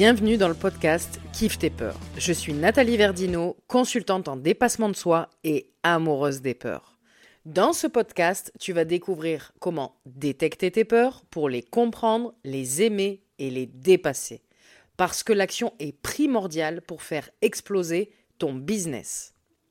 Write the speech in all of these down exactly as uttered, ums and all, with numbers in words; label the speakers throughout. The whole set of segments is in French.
Speaker 1: Bienvenue dans le podcast Kiffe tes peurs. Je suis Nathalie Verdino, consultante en dépassement de soi et amoureuse des peurs. Dans ce podcast, tu vas découvrir comment détecter tes peurs pour les comprendre, les aimer et les dépasser. Parce que l'action est primordiale pour faire exploser ton business.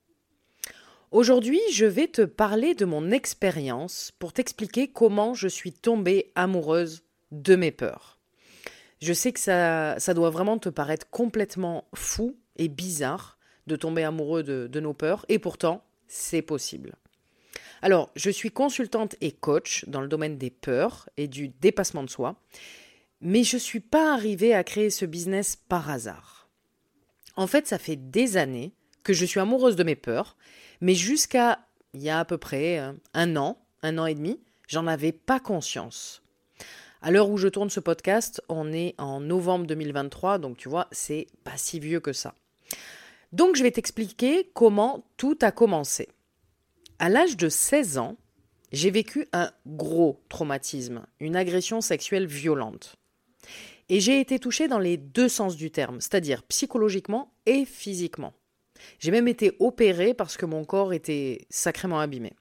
Speaker 1: Aujourd'hui, je vais te parler de mon expérience pour t'expliquer comment je suis tombée amoureuse de mes peurs. Je sais que ça, ça doit vraiment te paraître complètement fou et bizarre de tomber amoureux de, de nos peurs, et pourtant, c'est possible. Alors, je suis consultante et coach dans le domaine des peurs et du dépassement de soi, mais je ne suis pas arrivée à créer ce business par hasard. En fait, ça fait des années que je suis amoureuse de mes peurs, mais jusqu'à il y a à peu près un an, un an et demi, j'en avais pas conscience. À l'heure où je tourne ce podcast, on est en novembre deux mille vingt-trois, donc tu vois, c'est pas si vieux que ça. Donc je vais t'expliquer comment tout a commencé. À l'âge de seize ans, j'ai vécu un gros traumatisme, une agression sexuelle violente. Et j'ai été touchée dans les deux sens du terme, c'est-à-dire psychologiquement et physiquement. J'ai même été opérée parce que mon corps était sacrément abîmé.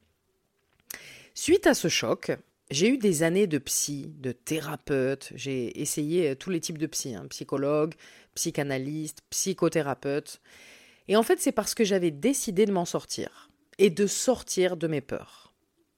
Speaker 1: Suite à ce choc, j'ai eu des années de psy, de thérapeute. J'ai essayé tous les types de psy, hein, psychologue, psychanalyste, psychothérapeute. Et en fait, c'est parce que j'avais décidé de m'en sortir et de sortir de mes peurs.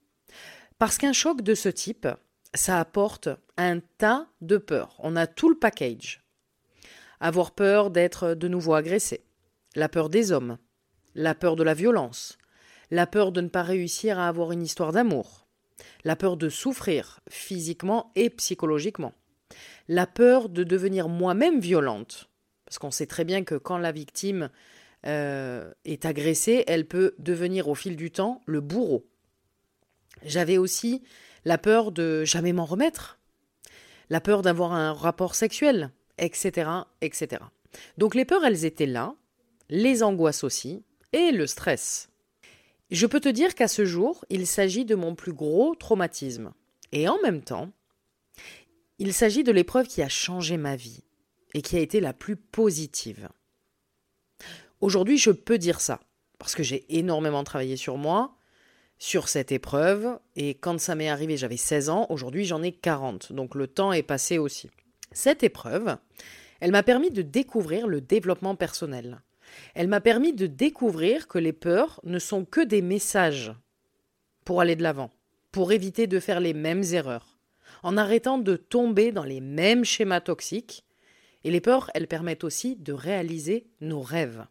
Speaker 1: Parce qu'un choc de ce type, ça apporte un tas de peurs. On a tout le package. Avoir peur d'être de nouveau agressé, la peur des hommes, la peur de la violence, la peur de ne pas réussir à avoir une histoire d'amour, la peur de souffrir physiquement et psychologiquement, la peur de devenir moi-même violente, parce qu'on sait très bien que quand la victime euh, est agressée, elle peut devenir au fil du temps le bourreau. J'avais aussi la peur de jamais m'en remettre, la peur d'avoir un rapport sexuel, et cetera, et cetera. Donc les peurs, elles étaient là, les angoisses aussi, et le stress. Je peux te dire qu'à ce jour, il s'agit de mon plus gros traumatisme. Et en même temps, il s'agit de l'épreuve qui a changé ma vie et qui a été la plus positive. Aujourd'hui, je peux dire ça, parce que j'ai énormément travaillé sur moi, sur cette épreuve, et quand ça m'est arrivé, j'avais seize ans, aujourd'hui j'en ai quarante, donc le temps est passé aussi. Cette épreuve, elle m'a permis de découvrir le développement personnel. Elle m'a permis de découvrir que les peurs ne sont que des messages pour aller de l'avant, pour éviter de faire les mêmes erreurs, en arrêtant de tomber dans les mêmes schémas toxiques. Et les peurs, elles permettent aussi de réaliser nos rêves.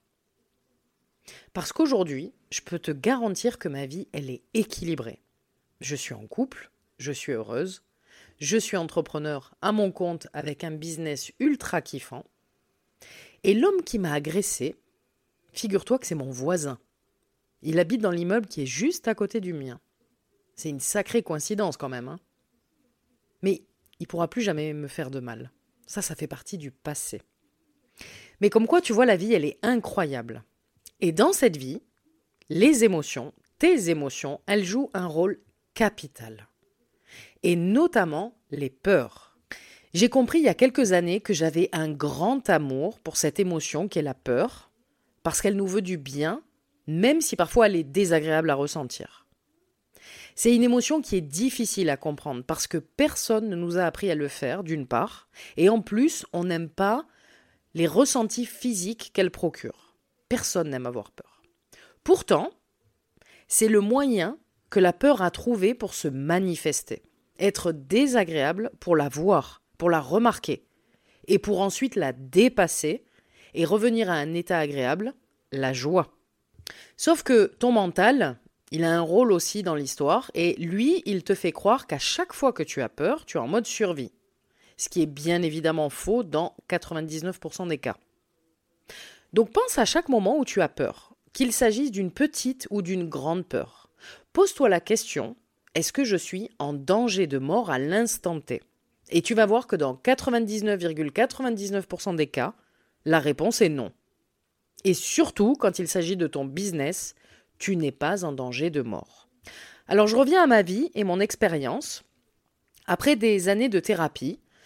Speaker 1: Parce qu'aujourd'hui, je peux te garantir que ma vie, elle est équilibrée. Je suis en couple, je suis heureuse, je suis entrepreneur à mon compte avec un business ultra kiffant. Et l'homme qui m'a agressée, figure-toi que c'est mon voisin. Il habite dans l'immeuble qui est juste à côté du mien. C'est une sacrée coïncidence quand même, hein. Mais il ne pourra plus jamais me faire de mal. Ça, ça fait partie du passé. Mais comme quoi, tu vois, la vie, elle est incroyable. Et dans cette vie, les émotions, tes émotions, elles jouent un rôle capital. Et notamment les peurs. J'ai compris il y a quelques années que j'avais un grand amour pour cette émotion qui est la peur, parce qu'elle nous veut du bien, même si parfois elle est désagréable à ressentir. C'est une émotion qui est difficile à comprendre, parce que personne ne nous a appris à le faire, d'une part, et en plus, on n'aime pas les ressentis physiques qu'elle procure. Personne n'aime avoir peur. Pourtant, c'est le moyen que la peur a trouvé pour se manifester, être désagréable pour la voir, pour la remarquer, et pour ensuite la dépasser et revenir à un état agréable, la joie. Sauf que ton mental, il a un rôle aussi dans l'histoire, et lui, il te fait croire qu'à chaque fois que tu as peur, tu es en mode survie. Ce qui est bien évidemment faux dans quatre-vingt-dix-neuf pour cent des cas. Donc pense à chaque moment où tu as peur, qu'il s'agisse d'une petite ou d'une grande peur. Pose-toi la question, est-ce que je suis en danger de mort à l'instant T ? Et tu vas voir que dans quatre-vingt-dix-neuf virgule quatre-vingt-dix-neuf pour cent des cas, la réponse est non. Et surtout, quand il s'agit de ton business, tu n'es pas en danger de mort. Alors je reviens à ma vie et mon expérience. Après des années de thérapie,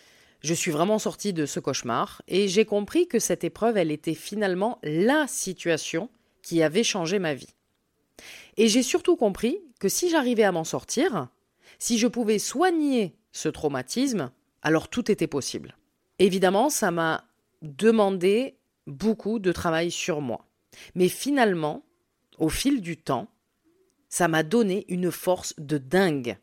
Speaker 1: Je suis vraiment sortie de ce cauchemar et j'ai compris que cette épreuve, elle était finalement la situation qui avait changé ma vie. Et j'ai surtout compris que si j'arrivais à m'en sortir, si je pouvais soigner ce traumatisme, alors tout était possible. Évidemment, ça m'a demandé beaucoup de travail sur moi. Mais finalement, au fil du temps, ça m'a donné une force de dingue.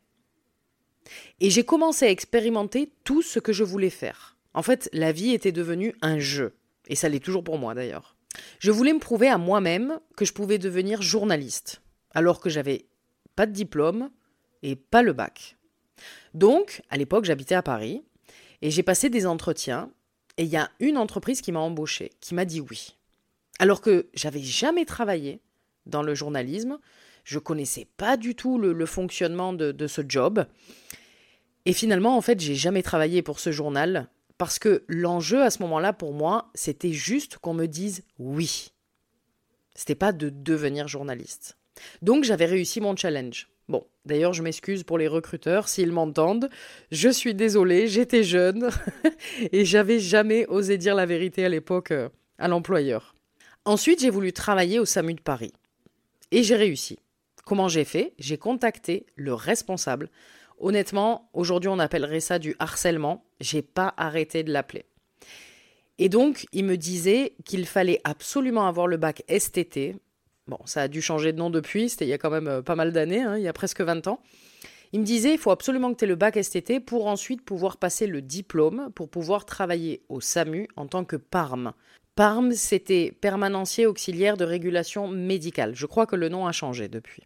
Speaker 1: Et j'ai commencé à expérimenter tout ce que je voulais faire. En fait, la vie était devenue un jeu. Et ça l'est toujours pour moi d'ailleurs. Je voulais me prouver à moi-même que je pouvais devenir journaliste, alors que j'avais pas de diplôme et pas le bac. Donc, à l'époque, j'habitais à Paris et j'ai passé des entretiens et il y a une entreprise qui m'a embauchée, qui m'a dit oui. Alors que j'avais jamais travaillé dans le journalisme, je connaissais pas du tout le, le fonctionnement de, de ce job. Et finalement, en fait, j'ai jamais travaillé pour ce journal parce que l'enjeu à ce moment-là, pour moi, c'était juste qu'on me dise oui. C'était pas de devenir journaliste. Donc, j'avais réussi mon challenge. Bon, d'ailleurs, je m'excuse pour les recruteurs s'ils m'entendent. Je suis désolée, j'étais jeune et j'avais jamais osé dire la vérité à l'époque euh, à l'employeur. Ensuite, j'ai voulu travailler au SAMU de Paris et j'ai réussi. Comment j'ai fait ? J'ai contacté le responsable. Honnêtement, aujourd'hui, on appellerait ça du harcèlement. J'ai pas arrêté de l'appeler. Et donc, il me disait qu'il fallait absolument avoir le bac S T T. Bon, ça a dû changer de nom depuis, c'était il y a quand même pas mal d'années, hein, il y a presque vingt ans. Il me disait, il faut absolument que tu aies le bac S T T pour ensuite pouvoir passer le diplôme, pour pouvoir travailler au SAMU en tant que P A R M. P A R M, c'était permanencier auxiliaire de régulation médicale. Je crois que le nom a changé depuis.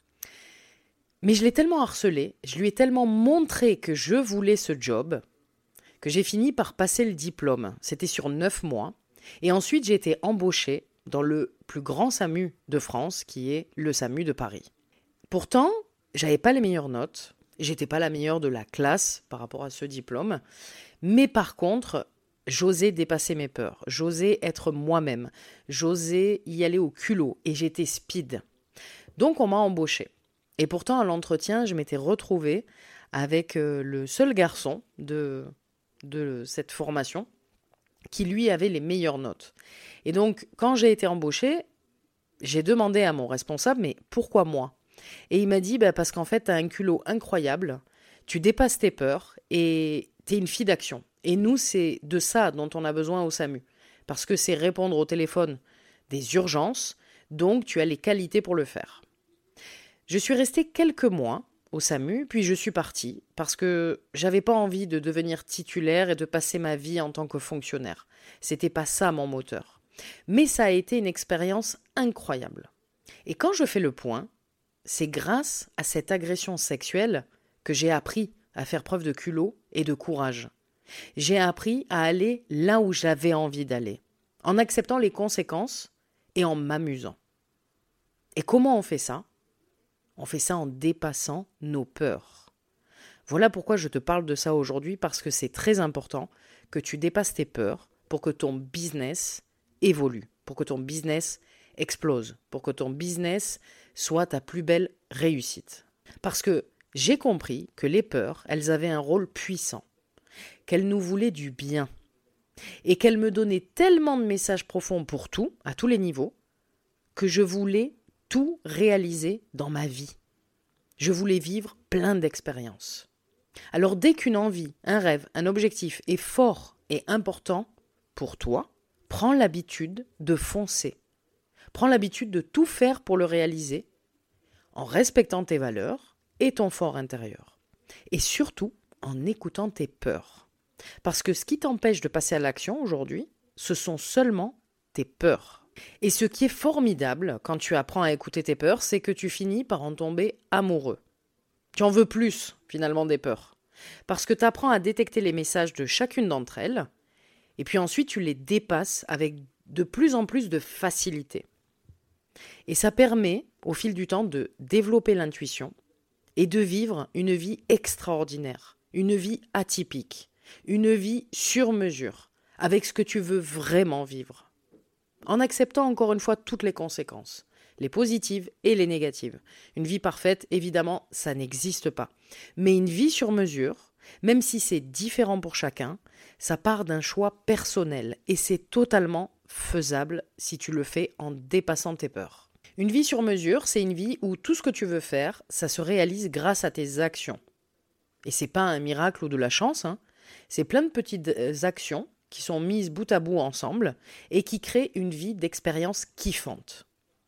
Speaker 1: Mais je l'ai tellement harcelé, je lui ai tellement montré que je voulais ce job, que j'ai fini par passer le diplôme. C'était sur neuf mois. Et ensuite, j'ai été embauchée dans le plus grand SAMU de France, qui est le SAMU de Paris. Pourtant, j'avais pas les meilleures notes, j'étais pas la meilleure de la classe par rapport à ce diplôme, mais par contre, j'osais dépasser mes peurs, j'osais être moi-même, j'osais y aller au culot, et j'étais speed. Donc on m'a embauchée. Et pourtant, à l'entretien, je m'étais retrouvée avec le seul garçon de, de cette formation qui, lui, avait les meilleures notes. Et donc, quand j'ai été embauchée, j'ai demandé à mon responsable, mais pourquoi moi ? Et il m'a dit, bah, parce qu'en fait, tu as un culot incroyable, tu dépasses tes peurs et tu es une fille d'action. Et nous, c'est de ça dont on a besoin au SAMU. Parce que c'est répondre au téléphone des urgences, donc tu as les qualités pour le faire. Je suis restée quelques mois au SAMU, puis je suis partie parce que j'avais pas envie de devenir titulaire et de passer ma vie en tant que fonctionnaire. C'était pas ça mon moteur. Mais ça a été une expérience incroyable. Et quand je fais le point, c'est grâce à cette agression sexuelle que j'ai appris à faire preuve de culot et de courage. J'ai appris à aller là où j'avais envie d'aller, en acceptant les conséquences et en m'amusant. Et comment on fait ça ? On fait ça en dépassant nos peurs. Voilà pourquoi je te parle de ça aujourd'hui, parce que c'est très important que tu dépasses tes peurs pour que ton business évolue, pour que ton business explose, pour que ton business soit ta plus belle réussite. Parce que j'ai compris que les peurs, elles avaient un rôle puissant, qu'elles nous voulaient du bien et qu'elles me donnaient tellement de messages profonds pour tout, à tous les niveaux, que je voulais tout réaliser dans ma vie. Je voulais vivre plein d'expériences. Alors dès qu'une envie, un rêve, un objectif est fort et important pour toi, prends l'habitude de foncer. Prends l'habitude de tout faire pour le réaliser en respectant tes valeurs et ton fort intérieur. Et surtout en écoutant tes peurs. Parce que ce qui t'empêche de passer à l'action aujourd'hui, ce sont seulement tes peurs. Et ce qui est formidable quand tu apprends à écouter tes peurs, c'est que tu finis par en tomber amoureux. Tu en veux plus, finalement, des peurs. Parce que tu apprends à détecter les messages de chacune d'entre elles, et puis ensuite tu les dépasses avec de plus en plus de facilité. Et ça permet, au fil du temps, de développer l'intuition et de vivre une vie extraordinaire, une vie atypique, une vie sur mesure, avec ce que tu veux vraiment vivre. En acceptant encore une fois toutes les conséquences, les positives et les négatives. Une vie parfaite, évidemment, ça n'existe pas. Mais une vie sur mesure, Même si c'est différent pour chacun, ça part d'un choix personnel et c'est totalement faisable si tu le fais en dépassant tes peurs. Une vie sur mesure, c'est une vie où tout ce que tu veux faire, ça se réalise grâce à tes actions. Et c'est pas un miracle ou de la chance, hein. C'est plein de petites actions qui sont mises bout à bout ensemble et qui créent une vie d'expérience kiffante.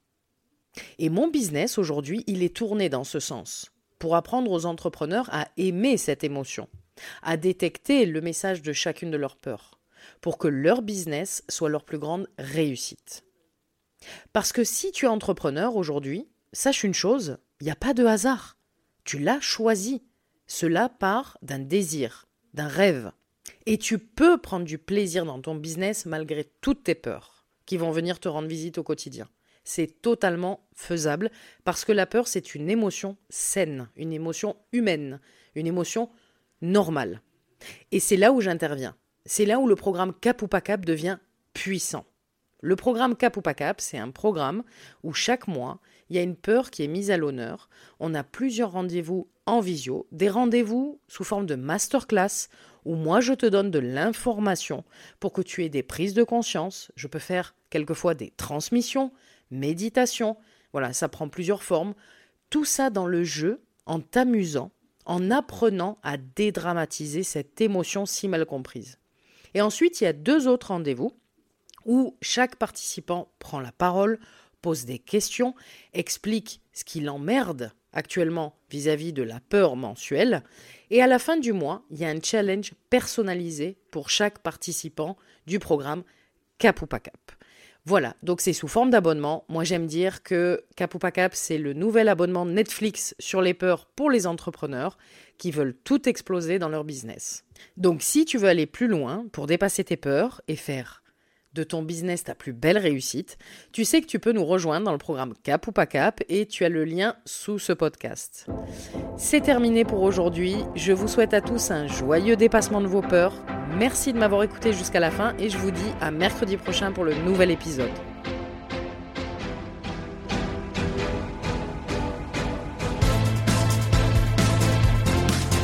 Speaker 1: Et mon business aujourd'hui, il est tourné dans ce sens, pour apprendre aux entrepreneurs à aimer cette émotion, à détecter le message de chacune de leurs peurs, pour que leur business soit leur plus grande réussite. Parce que si tu es entrepreneur aujourd'hui, sache une chose, il n'y a pas de hasard. Tu l'as choisi. Cela part d'un désir, d'un rêve. Et tu peux prendre du plaisir dans ton business malgré toutes tes peurs qui vont venir te rendre visite au quotidien. C'est totalement faisable parce que la peur, c'est une émotion saine, une émotion humaine, une émotion normale. Et c'est là où j'interviens. C'est là où le programme Cap ou pas Cap devient puissant. Le programme Cap ou pas Cap, c'est un programme où chaque mois, il y a une peur qui est mise à l'honneur. On a plusieurs rendez-vous en visio, des rendez-vous sous forme de masterclass où moi je te donne de l'information pour que tu aies des prises de conscience. Je peux faire quelquefois des transmissions, méditation. Voilà, ça prend plusieurs formes. Tout ça dans le jeu, en t'amusant, en apprenant à dédramatiser cette émotion si mal comprise. Et ensuite, il y a deux autres rendez-vous où chaque participant prend la parole, pose des questions, explique ce qui l'emmerde actuellement vis-à-vis de la peur mensuelle. Et à la fin du mois, il y a un challenge personnalisé pour chaque participant du programme Cap ou pas Cap. Voilà, donc c'est sous forme d'abonnement. Moi, j'aime dire que Cap ou pas Cap, c'est le nouvel abonnement Netflix sur les peurs pour les entrepreneurs qui veulent tout exploser dans leur business. Donc, si tu veux aller plus loin pour dépasser tes peurs et faire de ton business ta plus belle réussite, tu sais que tu peux nous rejoindre dans le programme Cap ou pas Cap et tu as le lien sous ce podcast. C'est terminé pour aujourd'hui. Je vous souhaite à tous un joyeux dépassement de vos peurs. Merci de m'avoir écouté jusqu'à la fin et je vous dis à mercredi prochain pour le nouvel épisode.